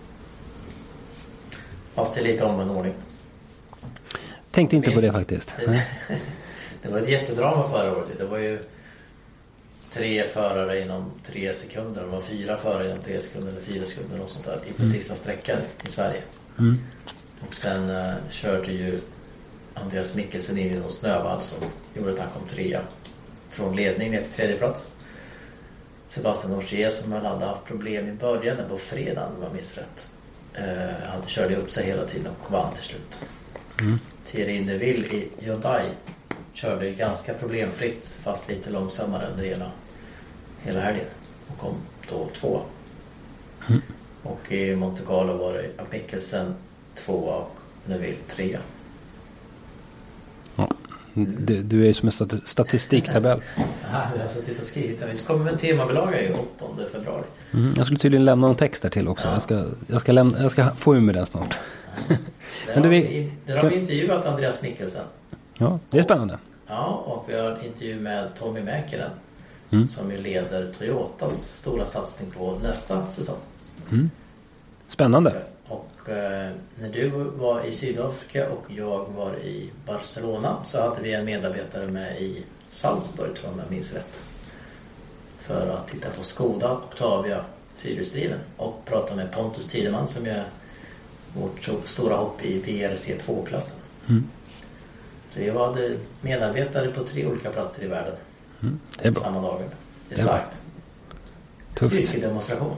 Fast det är lite om en ordning. Tänkte inte på det faktiskt. Det var ett jättedrama förra året. Det var ju 3 förare inom 3 sekunder. Det var 4 förare inom 3 sekunder eller 4 sekunder och sånt där i på sista sträckan i Sverige. Och sen körde ju Andreas Mikkelsen in i någon snövall som gjorde att han kom 3 från ledning ner till 3:e plats. Sebastian Ogier, som hade haft problem i början på fredagen, var missrätt. Han körde upp sig hela tiden och vann till slut. Thierry Neuville i Hyundai körde ganska problemfritt, fast lite långsammare under hela hela helgen och kom då 2. Och i Monte Carlo var det Mikkelsen 2 och Neville 3. Ja. Du är ju som en statistiktabell. Ja, jag har suttit och skrivit. Vi kommer med en temabilaga i 8 februari. Jag skulle tydligen lämna någon text där till också. Ja. Jag ska få ur med den snart. Där Men har vi intervjuat Andreas Mikkelsen. Ja, det är spännande. Ja, och vi har en intervju med Tommy Mäkinen som ju leder Toyotas stora satsning på nästa säsong. Spännande. Och när du var i Sydafrika och jag var i Barcelona så hade vi en medarbetare med i Salzburg, tror jag minns rätt. För att titta på Skoda Octavia fyrhjulsdriven och prata med Pontus Tideman som är vårt stora hopp i VRC2-klassen. Så vi hade medarbetare på 3 olika platser i världen. Det är bra. Samma dagen. Det är starkt. Tufft. Styrkedemonstration.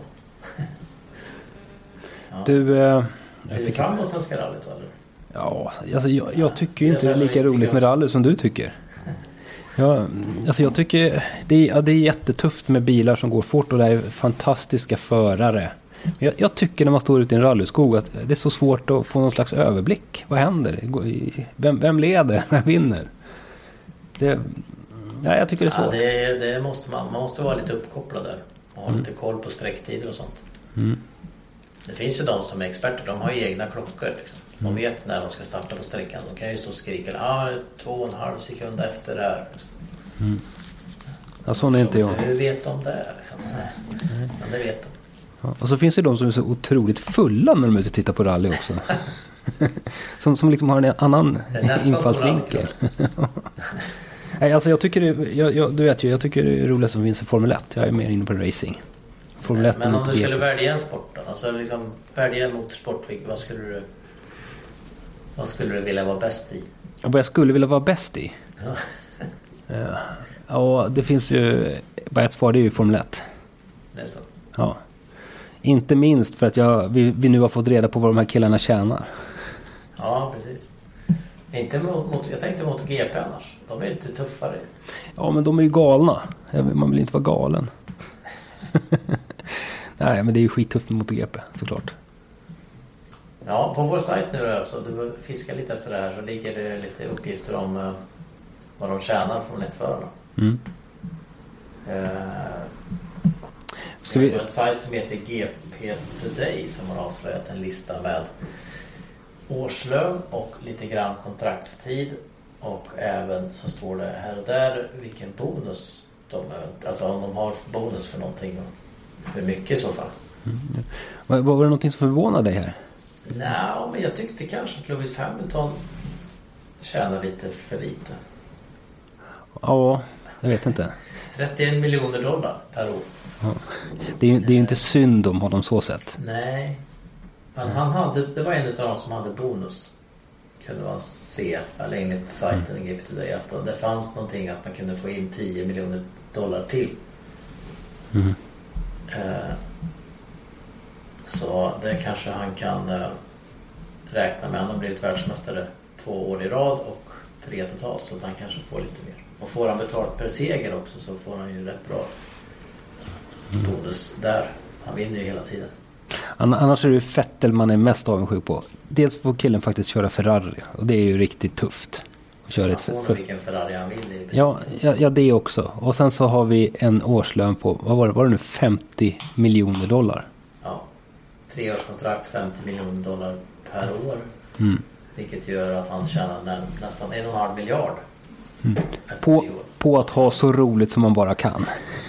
Ja. Du... Ser du fram emot Svenska rallyt eller? Ja, alltså jag tycker ju inte det är lika roligt med rally som du tycker. Ja, alltså jag tycker det är jättetufft med bilar som går fort och det är fantastiska förare. Jag tycker när man står ute i en rallyskog att det är så svårt att få någon slags överblick. Vad händer? Vem leder? Vem vinner? Jag tycker det är svårt. Ja, det måste man måste vara lite uppkopplad där och ha lite koll på sträcktider och sånt. Det finns ju de som är experter, de har ju egna klockor liksom. De vet när de ska starta på sträckan. De kan ju stå och skrika 2,5 sekunder efter det här liksom. Ja, sån är inte jag. Hur vet de det liksom? Nej. Men det vet de. Ja, och så finns det de som är så otroligt fulla när de är ute och tittar på rally också. som liksom har en annan infallsvinkel. Nej, alltså jag tycker du vet ju, jag tycker det är roligt som finns i Formel 1. Jag är mer inne på racing. Formel 1. Men om du skulle välja en sport då? Alltså liksom välja en motorsport, vad skulle du vilja vara bäst i? Vad jag skulle vilja vara bäst i? Ja. Ja, det finns ju bara ett svar, det är ju Formel 1. Det är så. Ja. Inte minst för att vi nu har fått reda på vad de här killarna tjänar. Ja, precis. Jag tänkte mot GP annars. De är lite tuffare. Ja, men de är ju galna. Man vill inte vara galen. Nej, men det är ju skittufft mot GP, såklart. Ja, på vår sajt nu då, så du fiskar lite efter det här, så ligger det lite uppgifter om vad de tjänar från nätförarna. Ska vi... Det är en sajt som heter GP Today som har avslöjat en lista med årslön och lite grann kontraktstid, och även så står det här och där vilken bonus alltså om de har bonus för någonting och hur mycket i så fall. Var det någonting som förvånade dig här? Nej, men jag tyckte kanske att Lewis Hamilton tjänar lite för lite. Ja, jag vet inte. 31 miljoner dollar per år. Ja. Det är ju inte synd om honom så sett. Nej. Men det var en av dem som hade bonus. Kunde man se, eller enligt sajten GP Today, att det fanns någonting att man kunde få in 10 miljoner dollar till. Så det kanske han kan räkna med. Han har blivit världsmästare 2 år i rad och 3 totalt, så att han kanske får lite mer. Och får han betalt per seger också, så får han ju rätt bra bonus där. Han vinner ju hela tiden. Annars är det ju Vettel man är mest avundsjuk på. Dels får killen faktiskt köra Ferrari, och det är ju riktigt tufft. Han får vilken Ferrari han vill. Ja, det också. Och sen så har vi en årslön på, vad var det nu, 50 miljoner dollar. Ja, 3-årskontrakt, 50 miljoner dollar per år. Vilket gör att han tjänar nästan 1,5 miljard. På att ha så roligt som man bara kan.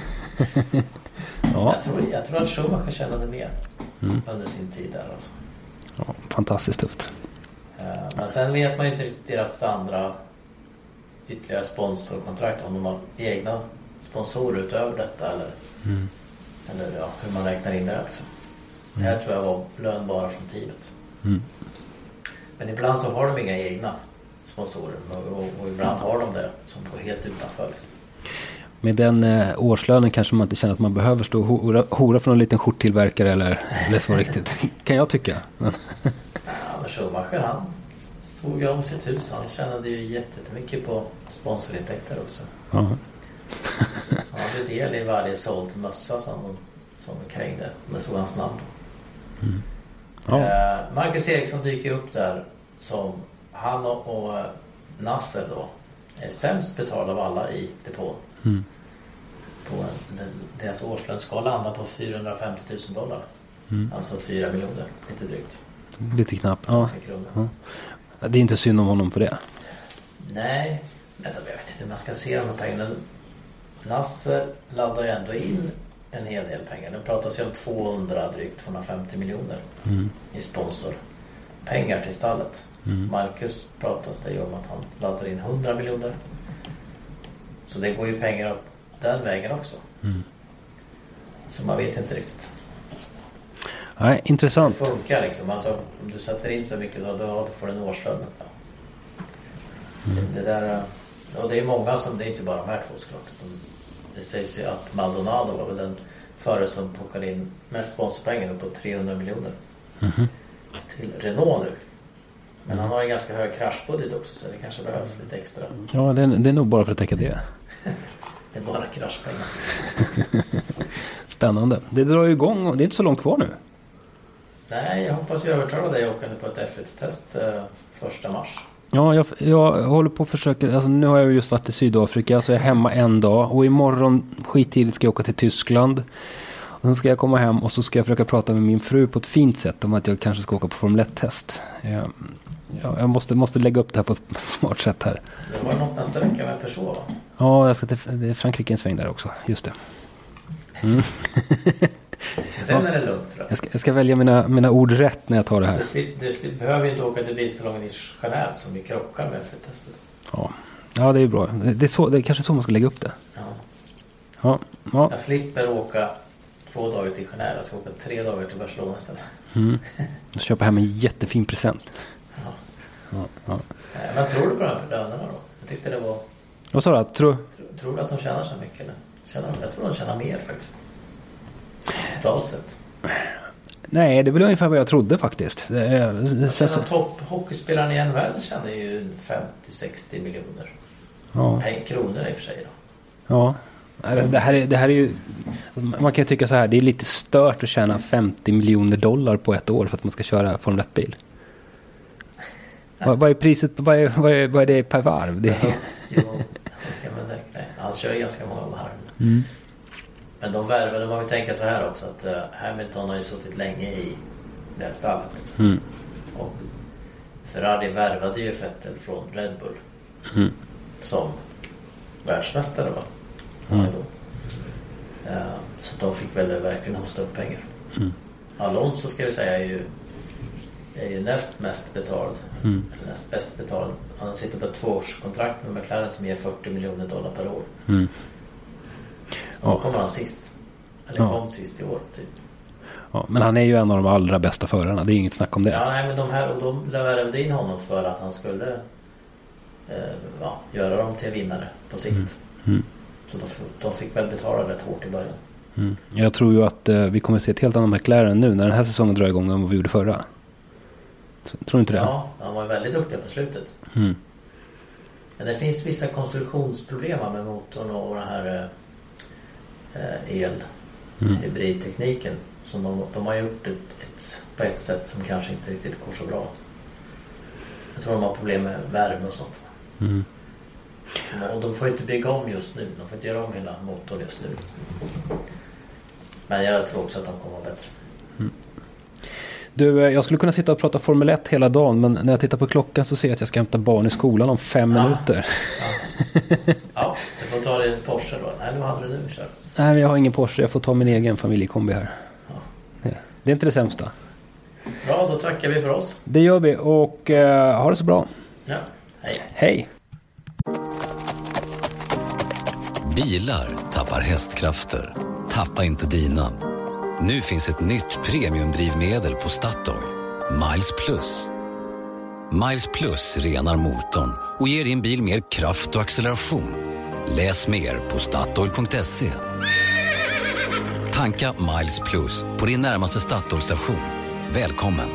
Ja. Jag tror att Schumacher tjänade mer under sin tid där alltså. Ja, fantastiskt tufft. Men sen vet man ju inte riktigt deras andra ytterligare sponsorkontrakt, om de har egna sponsorer utöver detta eller hur man räknar in det här liksom. Det här tror jag var lön bara från teamet. Men ibland så har de inga egna sponsorer och ibland har de det som går helt utanför liksom. Med den årslönen kanske man inte känner att man behöver stå och hora för någon liten skjorttillverkare eller så riktigt. Kan jag tycka. Ja, men Schumacher, han såg ju om sitt hus. Han tjänade ju jättemycket på sponsorintäkter också. Ja. Ja, fick del i varje såld mössa som krängde. Det stod hans namn på. Ja. Marcus Eriksson dyker upp där som han och Nasser då är sämst betalda av alla i depån. På deras årslön ska landa på $450,000. Alltså 4 miljoner, lite drygt. Lite knappt. Ja. Ja. Det är inte synd om honom för det. Nej, men jag vet inte hur man ska se de här pengarna. Nasser laddar ju ändå in en hel del pengar. Det pratas ju om drygt 250 miljoner i sponsor. Pengar till stallet. Marcus pratas det ju om att han laddar in 100 miljoner. Så det går ju pengar upp den vägen också. Så man vet inte riktigt. Nej, intressant. Det funkar liksom. Alltså, om du sätter in så mycket då får du en årslön. Det där, och det är många som, det är inte bara de här två såklart. Det sägs ju att Maldonado var väl den förare som plockade in mest sponsorpengar på 300 miljoner till Renault nu. Men han har en ganska hög kraschbudget också, så det kanske behövs lite extra. Ja, det är nog bara för att täcka det. Det är bara kraschpengar. Spännande. Det drar ju igång och det är inte så långt kvar nu. Nej, jag hoppas jag övertalar dig åkande på ett F1-test 1 mars. Ja, jag håller på att försöka. Alltså, nu har jag just varit i Sydafrika, så jag är hemma en dag. Och imorgon skittidigt ska jag åka till Tyskland. Och sen ska jag komma hem och så ska jag försöka prata med min fru på ett fint sätt om att jag kanske ska åka på Formel 1-test. Jag måste lägga upp det här på ett smart sätt här. Det var något nästa vecka med Peugeot, va? Ja, jag ska till Frankrike en sväng där också. Just det. Sen är det lugnt, tror jag ska välja mina ord rätt när jag tar det här. Du behöver inte åka till bilsalongen i Genève som vi krockar med för testet. Ja, det är bra. Det är kanske så man ska lägga upp det. Ja. Jag slipper åka 2 dagar till Genève. Jag ska åka 3 dagar till Barcelona istället. Jag köper hem en jättefin present. Ja. Men tror du på de här lönerna då? Jag tyckte det var... Vad sa du? Tror du att de tjänar så mycket? Eller? Jag tror de tjänar mer faktiskt. Totalt sett. Nej, det är väl ungefär vad jag trodde faktiskt. Topphockeyspelaren i NHL tjänar ju 50-60 miljoner. Kronor i och för sig då. Ja. Det här är ju... Man kan ju tycka så här, det är lite stört att tjäna $50 miljoner på ett år för att man ska köra Formel 1-bil. Vad är priset? Vad är det per varv? Han kör ganska många varv. Men de värvade, man vill tänka så här också, att Hamilton har ju suttit länge i det här stallet. Och Ferrari värvade ju Vettel från Red Bull som världsmästare, va? Så de fick väl verkligen hosta upp pengar. Alonso ska vi säga är ju näst mest betald. Eller näst bäst betald. Han sitter på ett 2-årskontrakt med McLaren som ger $40 miljoner per år. Då kommer han sist. Eller kom sist i år typ. Ja, men han är ju en av de allra bästa förarna. Det är inget snack om det. Ja, nej, men de värvade in honom för att han skulle göra dem till vinnare på sikt. Så de fick väl betala rätt hårt i början. Jag tror ju att vi kommer att se ett helt annat McLaren nu när den här säsongen drar igång än vad vi gjorde förra. Tror du inte det? Ja, han var väldigt duktig på slutet. Men det finns vissa konstruktionsproblem med motorn och den här hybridtekniken som de har gjort på ett sätt som kanske inte riktigt går så bra. Jag tror de har problem med värme och sånt. Och de får inte bygga om just nu. De får inte göra om hela motorn just nu. Men jag tror också att de kommer vara bättre. Du, jag skulle kunna sitta och prata Formel 1 hela dagen, men när jag tittar på klockan så ser jag att jag ska hämta barn i skolan om 5 minuter. Ja, du får ta din Porsche då. Nej, vad hade du nu kört? Nej, jag har ingen Porsche. Jag får ta min egen familjekombi här. Det är inte det sämsta. Bra, då tackar vi för oss. Det gör vi och ha det så bra. Ja, hej. Hej. Bilar tappar hästkrafter. Tappa inte dina. Nu finns ett nytt premiumdrivmedel på Statoil. Miles Plus. Miles Plus renar motorn och ger din bil mer kraft och acceleration. Läs mer på Statoil.se. Tanka Miles Plus på din närmaste Statoil-station. Välkommen!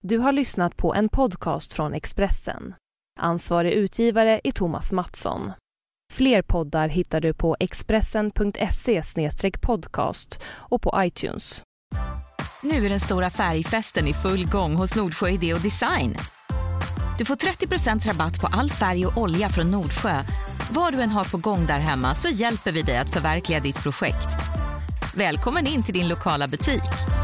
Du har lyssnat på en podcast från Expressen. Ansvarig utgivare är Thomas Mattsson. Fler poddar hittar du på expressen.se/podcast och på iTunes. Nu är den stora färgfesten i full gång hos Nordsjö Idé och Design. Du får 30% rabatt på all färg och olja från Nordsjö. Vad du än har på gång där hemma så hjälper vi dig att förverkliga ditt projekt. Välkommen in till din lokala butik.